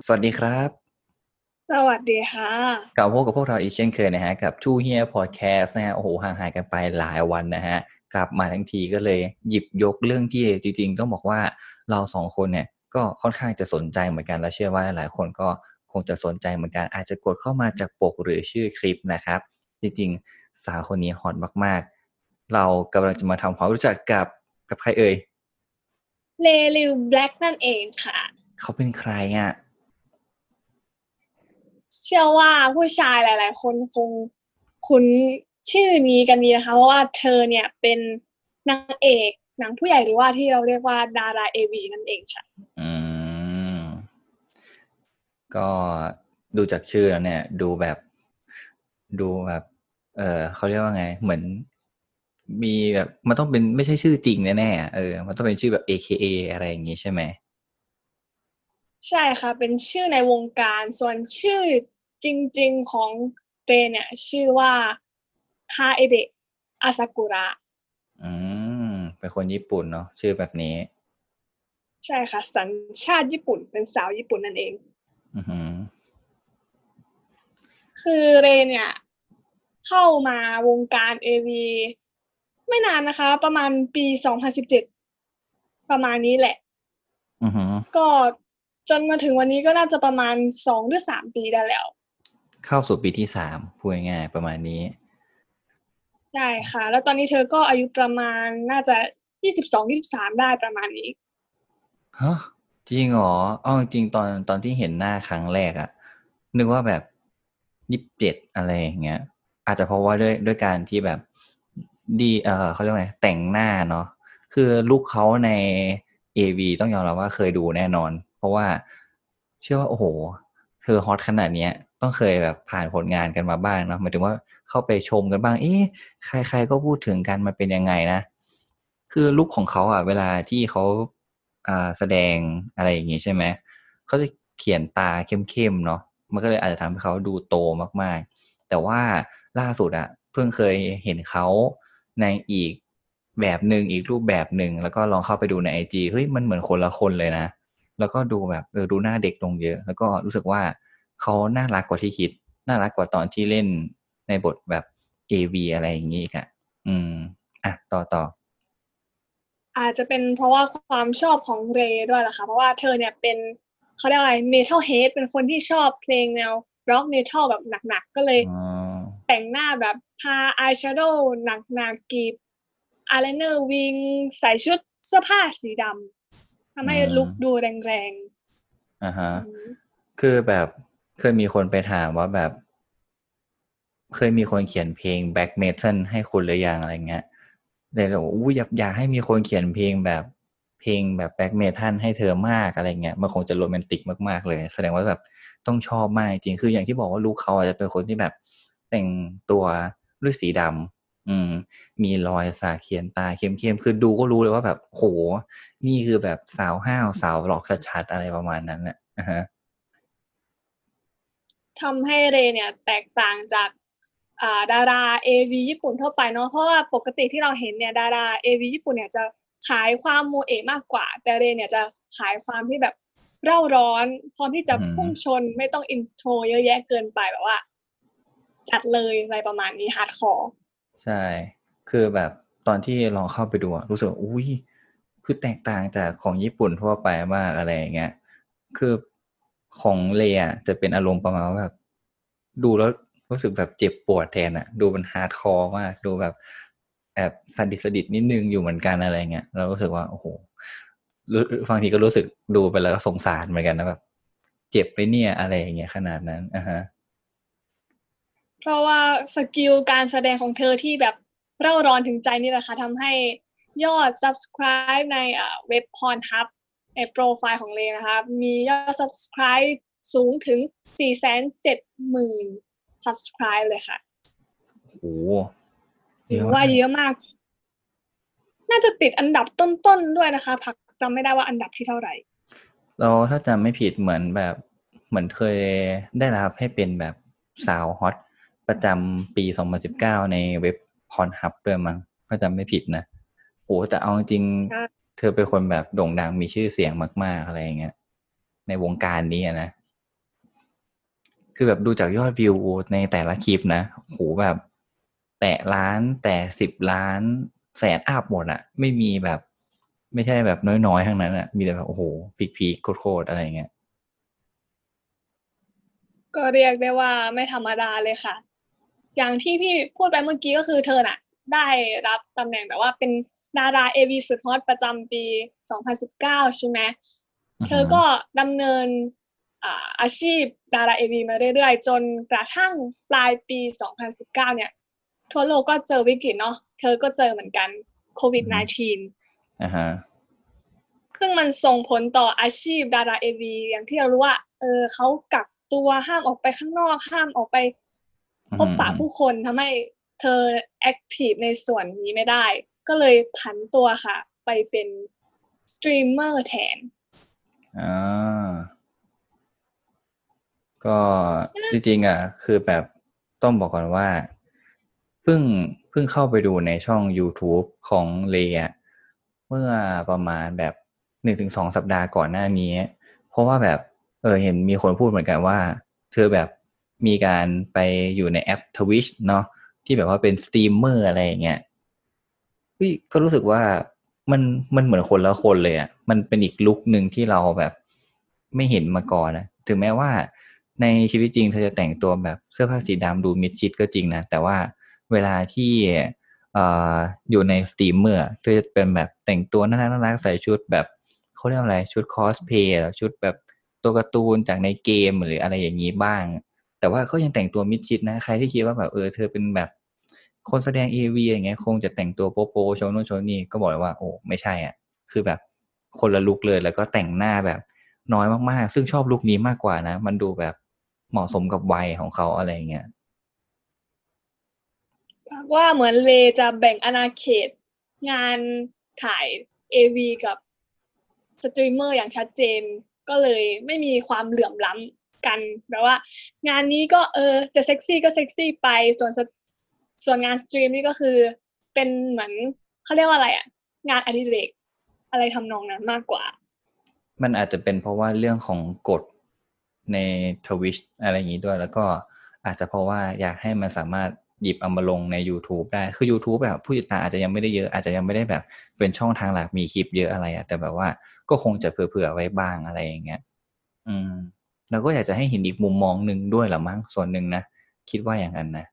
วัสดีครับสวัสดีค่ะกลับมาพบกับพวกเราอีกเช่นเคยนะฮะกับ Two Here Podcast นะฮะโอ้โหห่างหายกันไปหลายวันนะฮะกลับมาทั้งทีก็เลยหยิบยกเรื่องที่จริงๆต้องบอกว่าเราสองคนเนี่ยก็ค่อนข้างจะสนใจเหมือนกันและเชื่อว่าหลายคนก็คงจะสนใจเหมือนกันอาจจะกดเข้ามาจากปกหรือชื่อคลิปนะครับจริงๆสาวคนนี้ฮอตมากๆเรากำลังจะมาทำความรู้จักกับใครเอ่ยเลลิวแบล็กนั่นเองค่ะเขาเป็นใครอ่ะเชื่อว่าผู้ชายหลายๆคนคงคุ้นชื่อนี้กันดีนะคะเพราะว่าเธอเนี่ยเป็นนางเอกหนังผู้ใหญ่หรือว่าที่เราเรียกว่าดาราเอวีนั่นเองค่ะอืม ก็ดูจากชื่อแล้วเนี่ยดูแบบเขาเรียกว่าไงเหมือนมีแบบมันต้องเป็นไม่ใช่ชื่อจริงแน่ๆอะมันต้องเป็นชื่อแบบ AKA อะไรอย่างงี้ใช่ไหมใช่ค่ะเป็นชื่อในวงการส่วนชื่อจริงๆของเรเนี่ยชื่อว่าคาเอเดะอาซากุระอืเป็นคนญี่ปุ่นเนาะชื่อแบบนี้ใช่ค่ะสัญชาติญี่ปุ่นเป็นสาวญี่ปุ่นนั่นเองอือหือคือเรนเนี่ยเข้ามาวงการเอวีไม่นานนะคะประมาณปี2017ประมาณนี้แหละอือหือก็จนมาถึงวันนี้ก็น่าจะประมาณ2 หรือ 3 ปีได้แล้วเข้าสู่ปีที่3พูดง่ายๆประมาณนี้ใช่ค่ะแล้วตอนนี้เธอก็อายุประมาณน่าจะ22 23ได้ประมาณนี้ฮะจริงเหรออ้อจริงๆตอนที่เห็นหน้าครั้งแรกอะนึกว่าแบบ27อะไรอย่างเงี้ยอาจจะเพราะว่าด้วยการที่แบบดีเขาเรียกว่าไงแต่งหน้าเนาะคือลุคเขาใน AV ต้องยอมรับว่าเคยดูแน่นอนเพราะว่าเชื่อว่าโอ้โหเธอฮอตขนาดเนี้ยต้องเคยแบบผ่านผลงานกันมาบ้างเนาะหมายถึงว่าเข้าไปชมกันบ้างเอ๊ะใครๆก็พูดถึงกันมันเป็นยังไงนะคือลุคของเขาอะเวลาที่เขา แสดงอะไรอย่างงี้ใช่ไหมเขาจะเขียนตาเข้มๆเนาะมันก็เลยอาจจะทำให้เขาดูโตมากๆแต่ว่าล่าสุดอะเพิ่งเคยเห็นเขาในอีกแบบหนึ่งอีกรูปแบบหนึ่งแล้วก็ลองเข้าไปดูในไอจีเฮ้ยมันเหมือนคนละคนเลยนะแล้วก็ดูแบบดูหน้าเด็กลงเยอะแล้วก็รู้สึกว่าเขาน่ารักกว่าที่คิดน่ารักกว่าตอนที่เล่นในบทแบบAVอะไรอย่างงี้อีกอะอืมต่ออาจจะเป็นเพราะว่าความชอบของเรย์ด้วยล่ะค่ะเพราะว่าเธอเนี่ยเป็นเขาเรียกอะไรเมทัลเฮดเป็นคนที่ชอบเพลงแนวร็อกเมทัลแบบหนักๆก็เลยอ๋อแต่งหน้าแบบทาอายแชโดว์หนักๆกรีด อายไลเนอร์วิงใส่ชุดเสื้อผ้าสีดำทำอืให้มลุคดูแรงอ่าฮะๆคือแบบเคยมีคนไปถามว่าแบบเคยมีคนเขียนเพลง Black Metal ให้คุณหรือยังอะไรเงี้ยเลยบอกว่าอู้อยากให้มีคนเขียนเพลงแบบ Black Metal ให้เธอมากอะไรเงี้ยมันคงจะโรแมนติกมากๆเลยแสดงว่าแบบต้องชอบมากจริงคืออย่างที่บอกว่าลูกเขาอาจจะเป็นคนที่แบบแต่งตัวด้วยสีดำมีรอยสักเขียนตาเข้มๆคือดูก็รู้เลยว่าแบบโหนี่คือแบบสาวห้าวสาวหลอกชัดๆอะไรประมาณนั้นแหละอะฮะทำให้เรเนี่ยแตกต่างจากดาราเอวีญี่ปุ่นทั่วไปเนาะเพราะว่าปกติที่เราเห็นเนี่ยดาราเอวีญี่ปุ่นเนี่ยจะขายความโมเอะมากกว่าแต่เรเนี่ยจะขายความที่แบบเร่าร้อนพร้อมที่จะอืมพุ่งชนไม่ต้องอินโทรเยอะแยะเกินไปแบบว่าจัดเลยอะไรประมาณนี้ฮาร์ดคอร์ใช่ คือแบบตอนที่ลองเข้าไปดูอะรู้สึกว่าอุ๊ยคือแตกต่างจากของญี่ปุ่นทั่วไปมากอะไรอย่างเงี้ยคือของเลอะจะเป็นอารมณ์ประมาณว่าแบบดูแล้วรู้สึกแบบเจ็บปวดแทนอะดูมันฮาร์ดคอร์มากดูแบบแอบสดิสนิดนึงอยู่เหมือนกันอะไรเงี้ยเรารู้สึกว่าโอ้โหรู้บางทีก็รู้สึกดูไปแล้วก็สงสารเหมือนกันนะแบบเจ็บไปเนี่ยอะไรอย่างเงี้ยขนาดนั้นอะฮะเพราะว่าสกิลการแสดงของเธอที่แบบเร่าร้อนถึงใจนี่แหละค่ะทำให้ยอด subscribe ในเว็บ Pornhub ในโปรไฟล์ของเลนะคะมียอด subscribe สูงถึง470,000 subscribe เลยค่ะโอ้โฮเยถือว่าอะมากเยอะมากน่าจะติดอันดับต้นๆด้วยนะคะผักจำไม่ได้ว่าอันดับที่เท่าไหร่แล้วถ้าจำไม่ผิดเหมือนแบบเหมือนเคยได้รับให้เป็นแบบสาวฮอตประจำปี2019ในเว็บ Pornhub ด้วยมั้งถ้าจำไม่ผิดนะโอ้แต่เอาจริงใช่ๆเธอเป็นคนแบบโด่งดังมีชื่อเสียงมากๆอะไรอย่างเงี้ยในวงการนี้อะนะคือแบบดูจากยอดวิวในแต่ละคลิปนะโหแบบแตะล้านแต่10 ล้านแสนอัพหมดอะไม่มีแบบไม่ใช่แบบน้อยๆทั้งนั้นอะมีแต่แบบโอ้โหพีคๆโคตรๆอะไรเงี้ยก็เรียกได้ว่าไม่ธรรมดาเลยค่ะอย่างที่พี่พูดไปเมื่อกี้ก็คือเธอน่ะได้รับตำแหน่งแบบว่าเป็นดาราเอวีสุดฮอตประจำปี2019ใช่ไหมอือฮึเธอก็ดำเนินอาชีพดาราเอวีมาเรื่อยๆจนกระทั่งปลายปี2019เนี่ยทั่วโลกก็เจอวิกฤตเนาะเธอก็เจอเหมือนกันโควิด -19 อ่าฮะซึ่งมันส่งผลต่ออาชีพดาราเอวีอย่างที่เรารู้ว่าเขากักตัวห้ามออกไปข้างนอกห้ามออกไปอืพบปะมผู้คนทำให้เธอแอคทีฟในส่วนนี้ไม่ได้ก็เลยผันตัวค่ะไปเป็นสตรีมเมอร์แทนอ่า ก็จริงๆอ่ะคือแบบต้องบอกก่อนว่าเพิ่งเพิ่งเข้าไปดูในช่อง YouTube ของเลอะเมื่อประมาณแบบ1 ถึง 2 สัปดาห์ก่อนหน้านี้เพราะว่าแบบเห็นมีคนพูดเหมือนกันว่าเธอแบบมีการไปอยู่ในแอป Twitch เนาะที่แบบว่าเป็นสตรีมเมอร์อะไรอย่างเงี้ยก็รู้สึกว่ามันมันเหมือนคนละคนเลยอ่ะมันเป็นอีกลุคหนึ่งที่เราแบบไม่เห็นมาก่อนนะถึงแม้ว่า ในชีวิตจริงเธอจะแต่งตัวแบบเสื้อผ้าสีดำดูมิดชิดก็จริงนะแต่ว่าเวลาที่เอ่ออยู่ในสตรีมเมอร์เธอจะเป็นแบบแต่งตัวน่ารักน่ารักใส่ชุดแบบเขาเรียกอะไรชุดคอสเพลย์ชุดแบบตัวการ์ตูนจากในเกมหรืออะไรอย่างนี้บ้างแต่ว่าเขายังแต่งตัวมิดชิดนะใครที่คิดว่าแบบเธอเป็นแบบคนแสดงเอวีอย่างเงี้ยคงจะแต่งตัวโป๊โปโชว์นู่นโชว์นี่ก็บอกเลยว่าโอ้ไม่ใช่อ่ะคือแบบคนละลุคเลยแล้วก็แต่งหน้าแบบน้อยมากๆซึ่งชอบลุคนี้มากกว่านะมันดูแบบ เหมาะสมกับวัยของเขาอะไรเงี้ยว่าเหมือนเลจะแบ่งอาณาเขตงานถ่ายเอวีกับสตรีมเมอร์อย่างชัดเจนก็เลยไม่มีความเหลื่อมล้ำกันแบบว่างานนี้ก็จะเซ็กซี่ก็เซ็กซี่ไปส่วนงานสตรีมนี่ก็คือเป็นเหมือนเขาเรียกว่าอะไรอ่ะงานอดิเรกอะไรทำนองนั้นมากกว่ามันอาจจะเป็นเพราะว่าเรื่องของกฎใน Twitch อะไรอย่างนี้ด้วยแล้วก็อาจจะเพราะว่าอยากให้มันสามารถหยิบเอามาลงใน YouTube ได้คือ YouTube แบบผู้ติดตามอาจจะยังไม่ได้เยอะอาจจะยังไม่ได้แบบเป็นช่องทางหลักมีคลิปเยอะอะไรอะแต่แบบว่าก็คงจะเผื่อๆไว้บ้างอะไรอย่างเงี้ยอืมแล้วก็อยากจะให้เห็นอีกมุมมองหนึ่งด้วยละมั้งส่วนหนึ่งนะคิดว่าอย่างนั้นนะ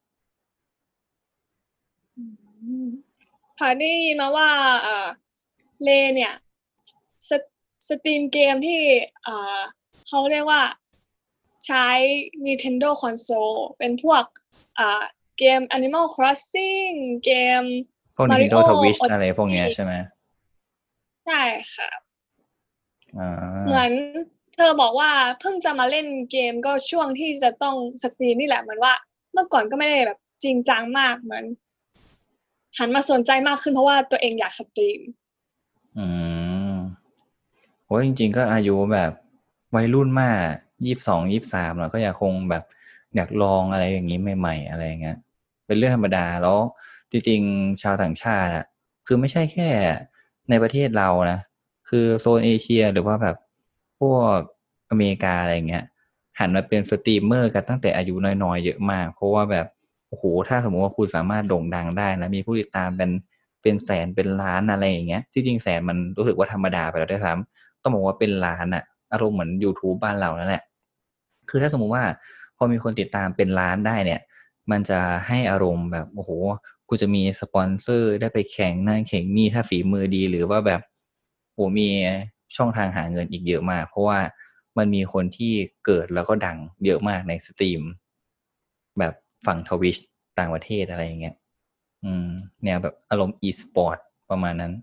อืมค่ะได้ยินมาว่าเอ่อเลเนี่ยสสตรีมเกมที่เอ่อเขาเรียกว่าใช้ Nintendo Console เป็นพวกอ่าเกม Animal Crossing เกมพวก Mario Nintendo Switch อะไรพวกเนี้ย Odyssey ใช่ไหมใช่ค่ะอ่เหมือานเธอบอกว่าเพิ่งจะมาเล่นเกมก็ช่วงที่จะต้องสตรีมนี่แหละเหมือนว่าเมื่อก่อนก็ไม่ได้แบบจริงจังมากเหมือนหันมาสนใจมากขึ้นเพราะว่าตัวเองอยากสตรีมอืมโอ้ยจริงๆก็อายุแบบวัยรุ่นมาก22 23เราก็อยากคงแบบอยากลองอะไรอย่างนี้ใหม่ๆอะไรอย่างเงี้ยเป็นเรื่องธรรมดาแล้วจริงๆชาวต่างชาติอะคือไม่ใช่แค่ในประเทศเรานะคือโซนเอเชียหรือว่าแบบพวกอเมริกาอะไรอย่างเงี้ยหันมาเป็นสตรีมเมอร์กันตั้งแต่อายุน้อยๆเยอะมากเพราะว่าแบบโอ้โหถ้าสมมติว่าคุณสามารถโด่งดังได้นะมีผู้ติดตามเป็นแสนเป็นล้านอะไรอย่างเงี้ยที่จริงแสนมันรู้สึกว่าธรรมดาไปแล้วด้วยซ้ำต้องบอกว่าเป็นล้านอะอารมณ์เหมือน YouTube บ้านเรานั่นแหละคือถ้าสมมุติว่าพอมีคนติดตามเป็นล้านได้เนี่ยมันจะให้อารมณ์แบบโอ้โหกูจะมีสปอนเซอร์ได้ไปแข่งนั่นแข่งนี่ถ้าฝีมือดีหรือว่าแบบโอ้มีช่องทางหาเงินอีกเยอะมากเพราะว่ามันมีคนที่เกิดแล้วก็ดังเยอะมากในสตรีมแบบฝั่งทวิชต่างประเทศอะไรอย่างเงี้ย อืมแนวแบบอารมณ์ e-sport ประมาณนั้น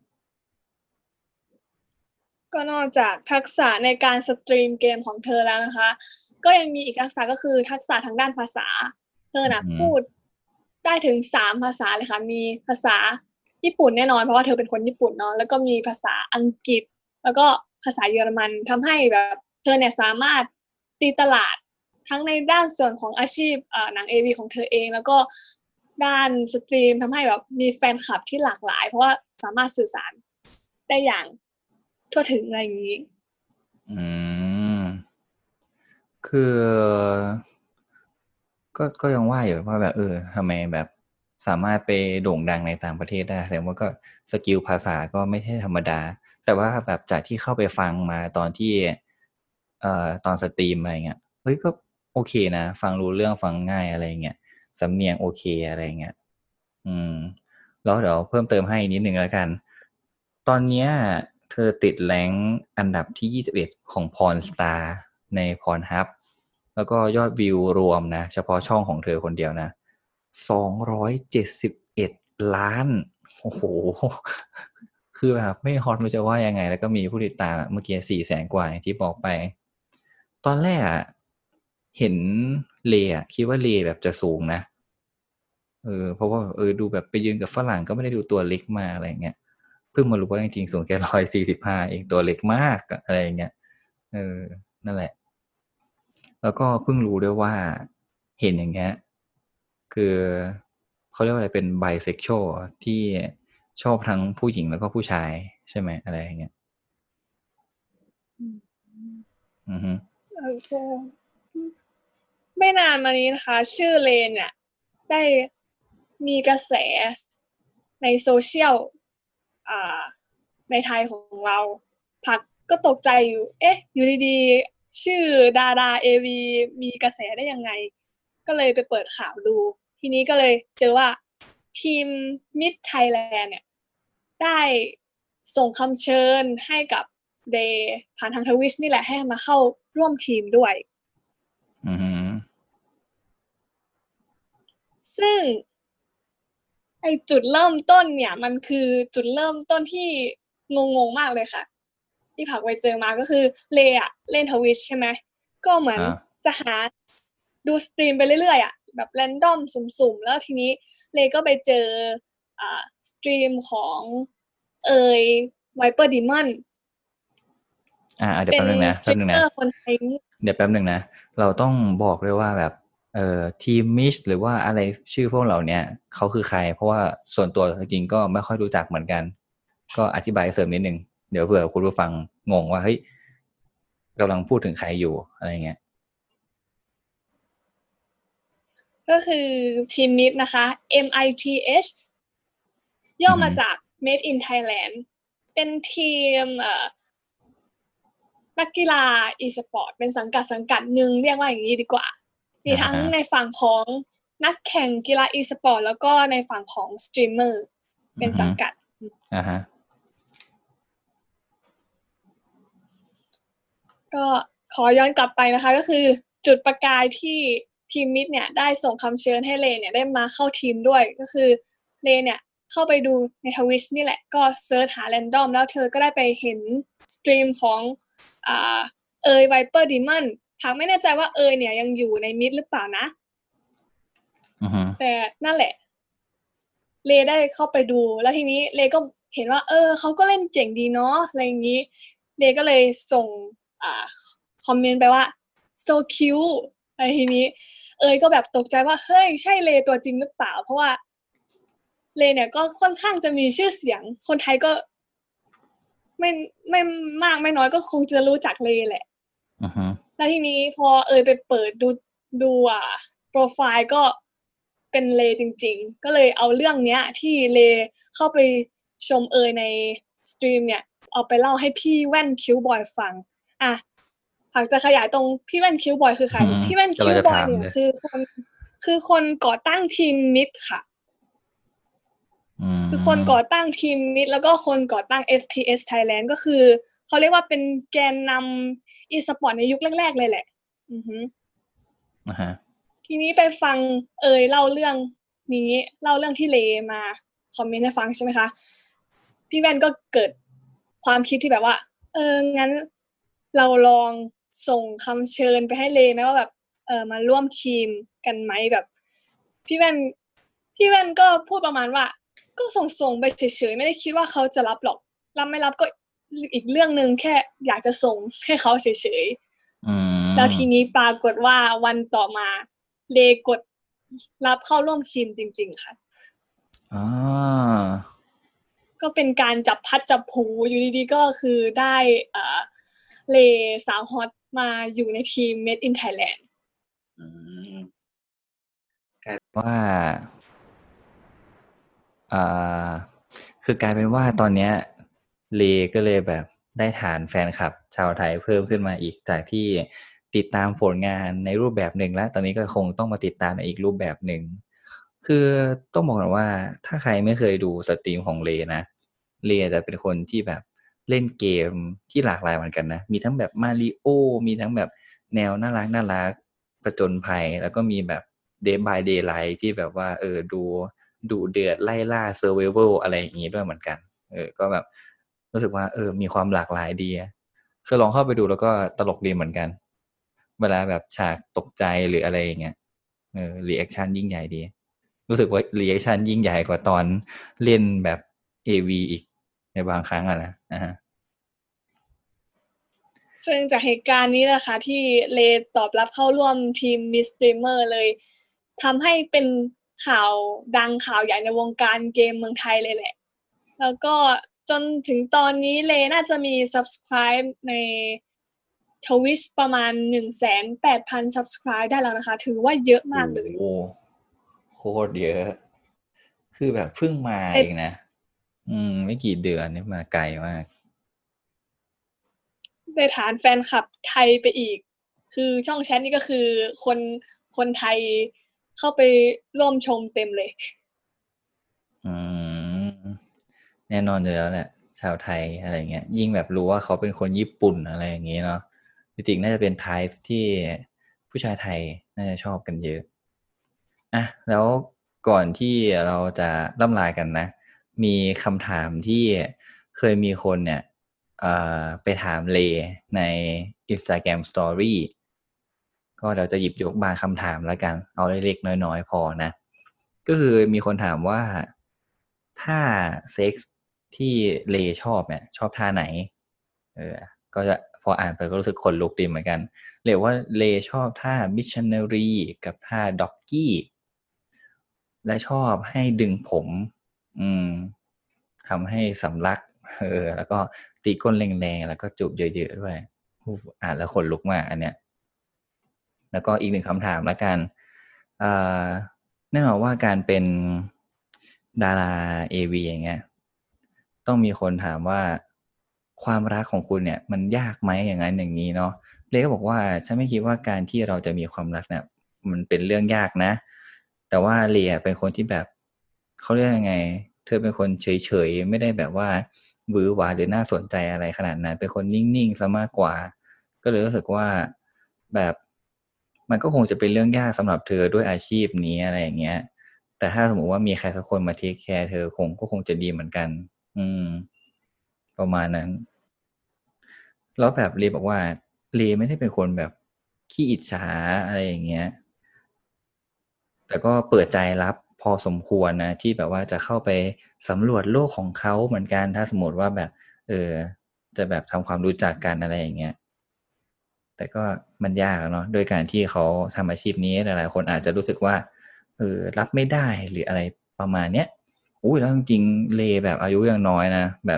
ก็นอกจากทักษะในการสตรีมเกมของเธอแล้วนะคะ ก็ยังมีอีกทักษะก็คือทักษะทางด้านภาษา เธอน่ะอือหือพูดได้ถึง3 ภาษาเลยค่ะ มีภาษาญี่ปุ่นแน่นอนเพราะว่าเธอเป็นคนญี่ปุ่นเนาะแล้วก็มีภาษาอังกฤษแล้วก็ภาษาเยอรมันทำให้แบบเธอเนี่ยสามารถตีตลาดทั้งในด้านส่วนของอาชีพหนังเอวีของเธอเองแล้วก็ด้านสตรีมทำให้แบบมีแฟนคลับที่หลากหลายเพราะว่าสามารถสื่อสารได้อย่างทั่วถึงอะไรอย่างนี้อืมคือก็ยังว่าอยู่ว่าแบบทำไมแบบสามารถไปโด่งดังในต่างประเทศได้แสดงว่าก็สกิลภาษาก็ไม่ใช่ธรรมดาแต่ว่าแบบจากที่เข้าไปฟังมาตอนที่ตอนสตรีมอะไรเงี้ยเฮ้ยก็โอเคนะฟังรู้เรื่องฟังง่ายอะไรเงี้ยสำเนียงโอเคอะไรเงี้ยแล้วเดี๋ยวเพิ่มเติมให้นิดนึงแล้วกันตอนเนี้ยเธอติดแรงค์อันดับที่21ของพรสตาร์ในพรฮับแล้วก็ยอดวิวรวมนะเฉพาะช่องของเธอคนเดียวนะ271 ล้านโอ้โหคือแบบไม่ฮอตไม่รู้จะว่ายังไงแล้วก็มีผู้ติดตามเมื่อกี้400,000กว่าอย่างที่บอกไปตอนแรกเห็นเลคิดว่าเลแบบจะสูงนะเพราะว่าดูแบบไปยืนกับฝรั่งก็ไม่ได้ดูตัวเล็กมากอะไรเงี้ยเพิ่งมารู้ว่าจริงๆสูงแค่145เองตัวเล็กมากอะไรเงี้ยนั่นแหละแล้วก็เพิ่งรู้ด้วยว่าเห็นอย่างเงี้ยคือเขาเรียกว่าอะไรเป็นไบเซ็กชวลที่ชอบทั้งผู้หญิงแล้วก็ผู้ชายใช่ไหมอะไรอย่างเงี้ยอือฮึแล้วก็ไม่นานมานี้นะคะ ชื่อเลนเนี่ยได้มีกระแสในโซเชียลในไทยของเราพักก็ตกใจอยู่ อยู่ดีๆชื่อดาราเอวีมีกระแสได้ยังไง ก็เลยไปเปิดข่าวดู ทีนี้ก็เลยเจอว่าทีมมิดไทยแลนด์เนี่ยได้ส่งคำเชิญให้กับเดย์ผ่านทางทวิชนี่แหละให้มาเข้าร่วมทีมด้วยอือฮึซึ่งไอจุดเริ่มต้นเนี่ยมันคือจุดเริ่มต้นที่งงๆมากเลยค่ะที่ผักไปเจอมาก็คือเลอะเล่นทวิชใช่ไหมก็เหมือนจะหาดูสตรีมไปเรื่อยๆแบบแรนดอมสุ่มๆแล้วทีนี้เลก็ไปเจอสตรีมของเอยไวเปอร์ดีมอนเดี๋ยวเป็นแป๊บนึงนะสตรีมเมอร์คนไทยนี่เดี๋ยวแป๊บนึงนะเราต้องบอกด้วยว่าแบบทีมมิชหรือว่าอะไรชื่อพวกเราเนี่ยเขาคือใครเพราะว่าส่วนตัวจริงๆก็ไม่ค่อยรู้จักเหมือนกันก็อธิบายเสริมนิดนึงเดี๋ยวเผื่อคุณผู้ฟังงงว่าเฮ้ยกำลังพูดถึงใครอยู่อะไรเงี้ยก็คือทีมมิดนะคะ MITH ย่อมาจาก Made in Thailand เป็นทีมนักกีฬาอีสปอร์ตเป็นสังกัดหนึ่งเรียกว่าอย่างนี้ดีกว่ามีทั้งในฝั่งของนักแข่งกีฬาอีสปอร์ตแล้วก็ในฝั่งของสตรีมเมอร์เป็นสังกัดก็ขอย้อนกลับไปนะคะก็คือจุดประกายที่ทีมมิดเนี่ยได้ส่งคำเชิญให้เลเนี่ยได้มาเข้าทีมด้วยก็คือเลเนี่ยเข้าไปดูในทวิชนี่แหละก็เซิร์ชหาแรนดอมแล้วเธอก็ได้ไปเห็นสตรีมของไวเปอร์ดีมอนทางไม่แน่ใจว่าเนี่ยยังอยู่ในมิดหรือเปล่านะแต่นั่นแหละเลได้เข้าไปดูแล้วทีนี้เลก็เห็นว่าเขาก็เล่นเจ๋งดีเนาะอะไรอย่างนี้เลก็เลยส่งคอมเมนต์ไปว่า so cute อะไรทีนี้ก็แบบตกใจว่าเฮ้ยใช่เลตัวจริงหรือเปล่าเพราะว่าเลเนี่ยก็ค่อนข้างจะมีชื่อเสียงคนไทยก็ไม่มากไม่น้อยก็คงจะรู้จักเลแหละแล้วทีนี้พอไปเปิดดูโปรไฟล์ก็เป็นเลจริงๆก็เลยเอาเรื่องเนี้ยที่เลเข้าไปชมในสตรีมเนี่ยเอาไปเล่าให้พี่แว่นคิ้วบอยฟังหากจะขยายตรงพี่แว่นคิ้วบอยคือใครพี่แว่นคิ้วบอยเนี่ยคือคนก่อตั้งทีมมิดค่ะคือคนก่อตั้งทีมมิดแล้วก็คนก่อตั้ง FPS Thailand ก็คือเขาเรียกว่าเป็นแกนนำอีสปอร์ตในยุคแรกๆเลยแหละทีนี้ไปฟังเล่าเรื่องนี้เล่าเรื่องที่เลมาคอมเมนต์ให้ฟังใช่ไหมคะพี่แว่นก็เกิดความคิดที่แบบว่างั้นเราลองส่งคำเชิญไปให้เลไหมว่าแบบมาร่วมทีมกันไหมแบบพี่แว่นก็พูดประมาณว่าก็ส่งไปเฉยๆไม่ได้คิดว่าเขาจะรับหรอกรับไม่รับก็อีกเรื่องนึงแค่อยากจะส่งให้เขาเฉยๆแล้วทีนี้ปรากฏว่าวันต่อมาเลกดรับเข้าร่วมทีมจริงๆค่ะก็เป็นการจับพัดจับผูอยู่ดีๆก็คือได้เลสาวฮอตมาอยู่ในทีม Made in Thailand ว่าอ่าคือกลายเป็นว่าตอนเนี้ยเลก็เลยแบบได้ฐานแฟนคลับชาวไทยเพิ่มขึ้นมาอีกจากที่ติดตามผลงานในรูปแบบหนึ่งแล้วตอนนี้ก็คงต้องมาติดตามในอีกรูปแบบหนึ่งคือต้องบอกก่อนว่าถ้าใครไม่เคยดูสตรีมของเลนะเลจะเป็นคนที่แบบเล่นเกมที่หลากหลายเหมือนกันนะมีทั้งแบบมาริโอมีทั้งแบบแนวน่ารักน่ารักผจญภัยแล้วก็มีแบบ Day by Daylight ที่แบบว่าดูดุเดือดไล่ล่า Survival อะไรอย่างงี้ด้วยเหมือนกันก็แบบรู้สึกว่ามีความหลากหลายดีคือลองเข้าไปดูแล้วก็ตลกดีเหมือนกันเวลาแบบฉากตกใจหรืออะไรอย่างเงี้ยรีแอคชั่นยิ่งใหญ่ดีรู้สึกว่ารีแอคชั่นยิ่งใหญ่กว่าตอนเล่นแบบ AV อีกในบางครั้งนะฮะซึ่งจากเหตุการณ์นี้นะคะที่เลตอบรับเข้าร่วมทีมมิสเ r เมอร์เลยทำให้เป็นข่าวดังข่าวใหญ่ในวงการเกมเมืองไทยเลยแหละแล้วก็จนถึงตอนนี้เลน่าจะมี subscribe ใน Twitch ประมาณ 180,000 subscribe ได้แล้วนะคะถือว่าเยอะมากเลยโอ้โคตรเยอะคือแบบเพิ่งมาเองนะไม่กี่เดือนนี่มาไกลมากได้ฐานแฟนคลับไทยไปอีกคือช่องแชทนี่ก็คือคนไทยเข้าไปร่วมชมเต็มเลยอืมแน่นอนอยู่แล้วแหละชาวไทยอะไรเงี้ยยิ่งแบบรู้ว่าเขาเป็นคนญี่ปุ่นอะไรอย่างเงี้ยเนาะจริงๆน่าจะเป็นไทป์ที่ผู้ชายไทยน่าจะชอบกันเยอะอ่ะแล้วก่อนที่เราจะล่ำลากันนะมีคำถามที่เคยมีคนเนี่ยไปถามเลใน Instagram Story ก็เดี๋ยวจะหยิบยกบางคำถามแล้วกันเอาเล็กๆน้อยๆพอนะก็คือมีคนถามว่าถ้าเซ็กส์ที่เลชอบเนี่ยชอบท่าไหนเออก็จะพออ่านไปก็รู้สึกขนลุกดีเหมือนกันเรียกว่าเลชอบท่ามิชชันนารีกับท่าด็อกกี้และชอบให้ดึงผมอืมทำให้สำลักแล้วก็ตีก้นแรงๆแล้วก็จูบเยอะๆด้วยอ่านแล้วขนลุกมากอันเนี้ย แล้วก็อีกหนึ่งคำถามละกันแน่นอนว่าการเป็นดาราเอวีอย่างเงี้ยต้องมีคนถามว่าความรักของคุณเนี่ยมันยากไหมอย่างนั้นอย่างนี้เนาะเลก็บอกว่าฉันไม่คิดว่าการที่เราจะมีความรักเนี่ยมันเป็นเรื่องยากนะแต่ว่าเลเป็นคนที่แบบเขาเรียกยังไงเธอเป็นคนเฉยๆไม่ได้แบบว่าหวือหวาหรือน่าสนใจอะไรขนาดนั้นเป็นคนนิ่งๆซะมากกว่า ก็เลยรู้สึกว่าแบบมันก็คงจะเป็นเรื่องยากสำหรับเธอด้วยอาชีพนี้อะไรอย่างเงี้ยแต่ถ้าสมมติว่ามีใครสักคนมาเทคแคร์เธอก็คงจะดีเหมือนกันอืมประมาณนั้นแล้วแบบเรบอกว่าเรไม่ได้เป็นคนแบบขี้อิจฉาอะไรอย่างเงี้ยแต่ก็เปิดใจรับพอสมควรนะที่แบบว่าจะเข้าไปสำรวจโลกของเขาเหมือนกันถ้าสมมติว่าแบบเออจะแบบทำความรู้จักกันอะไรอย่างเงี้ย แต่ก็มันยากเนาะโดยการที่เขาทำอาชีพนี้หลายๆคนอาจจะรู้สึกว่ารับไม่ได้หรืออะไรประมาณเนี้ยอุ้ยแล้วจริงๆเลแบบอายุยังน้อยนะแบบ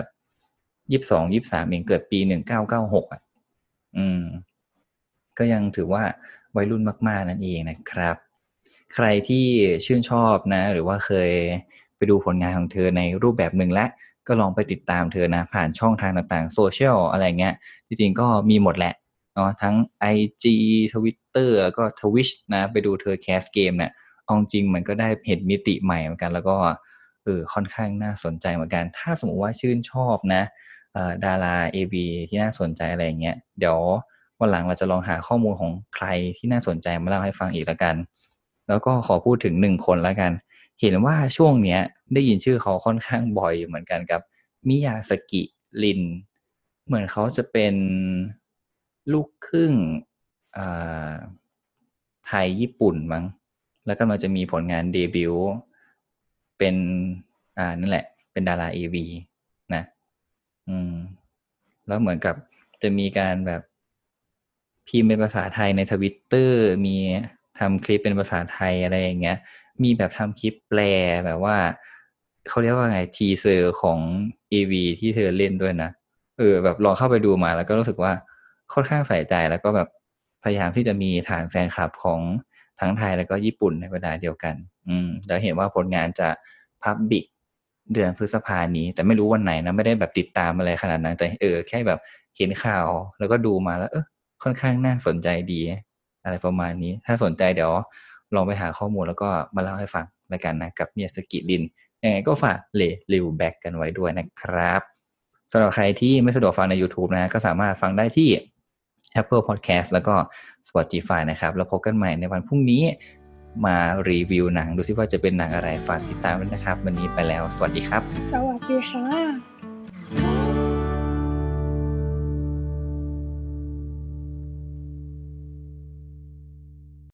22-23เองเกิดปี1996อ่ะอืมก็ยังถือว่าวัยรุ่นมากๆนั่นเองนะครับใครที่ชื่นชอบนะหรือว่าเคยไปดูผลงานของเธอในรูปแบบหนึ่งแล้วก็ลองไปติดตามเธอนะผ่านช่องทางต่างๆโซเชียลอะไรเงี้ยจริงๆก็มีหมดแหละ เนาะทั้ง IG Twitter แล้วก็ Twitch นะไปดูเธอแคสเกมเนี่ยเอาจริงมันก็ได้เห็นมิติใหม่เหมือนกันแล้วก็ค่อนข้างน่าสนใจเหมือนกันถ้าสมมติว่าชื่นชอบนะดารา AV ที่น่าสนใจอะไรอย่างเงี้ยเดี๋ยววันหลังเราจะลองหาข้อมูลของใครที่น่าสนใจมาเล่าให้ฟังอีกแล้วกันแล้วก็ขอพูดถึง1คนแล้วกันเห็นว่าช่วงเนี้ยได้ยินชื่อเขาค่อนข้างบ่อยอยู่เหมือนกันกับมิยาสกิริน เหมือนเขาจะเป็นลูกครึ่งอ่าไทยญี่ปุ่นมั้งแล้วก็มันจะมีผลงานเดบิวต์เป็นนั่นแหละเป็นดาราเอวีนะอืมแล้วเหมือนกับจะมีการแบบพิมพ์เป็นภาษาไทยในทวิตเตอร์มีทำคลิปเป็นภาษาไทยอะไรอย่างเงี้ยมีแบบทำคลิปแปลแบบว่าเขาเรียกว่าไงทีเซอร์ของเอวีที่เธอเล่นด้วยนะ แบบลองเข้าไปดูมาแล้วก็รู้สึกว่าค่อนข้างใส่ใจแล้วก็แบบพยายามที่จะมีฐานแฟนคลับของทั้งไทยแล้วก็ญี่ปุ่นในเวลาเดียวกันแล้วเห็นว่าผลงานจะพับบิกเดือนพฤษภานี้แต่ไม่รู้วันไหนนะไม่ได้แบบติดตามอะไรขนาดนั้นแต่แค่แบบเห็นข่าวแล้วก็ดูมาแล้วค่อนข้างน่าสนใจดีอะไรประมาณนี้ถ้าสนใจเดี๋ยวลองไปหาข้อมูลแล้วก็มาเล่าให้ฟังแล้วกันนะกับมิยาสกิรินยังไงก็ฝากรีวิวแบ็กกันไว้ด้วยนะครับสำหรับใครที่ไม่สะดวกฟังใน YouTube นะก็สามารถฟังได้ที่ Apple Podcast แล้วก็ Spotify นะครับแล้วพบกันใหม่ในวันพรุ่งนี้มารีวิวหนังดูซิว่าจะเป็นหนังอะไรฝากติดตามด้วยนะครับวันนี้ไปแล้วสวัสดีครับสวัสดีค่ะ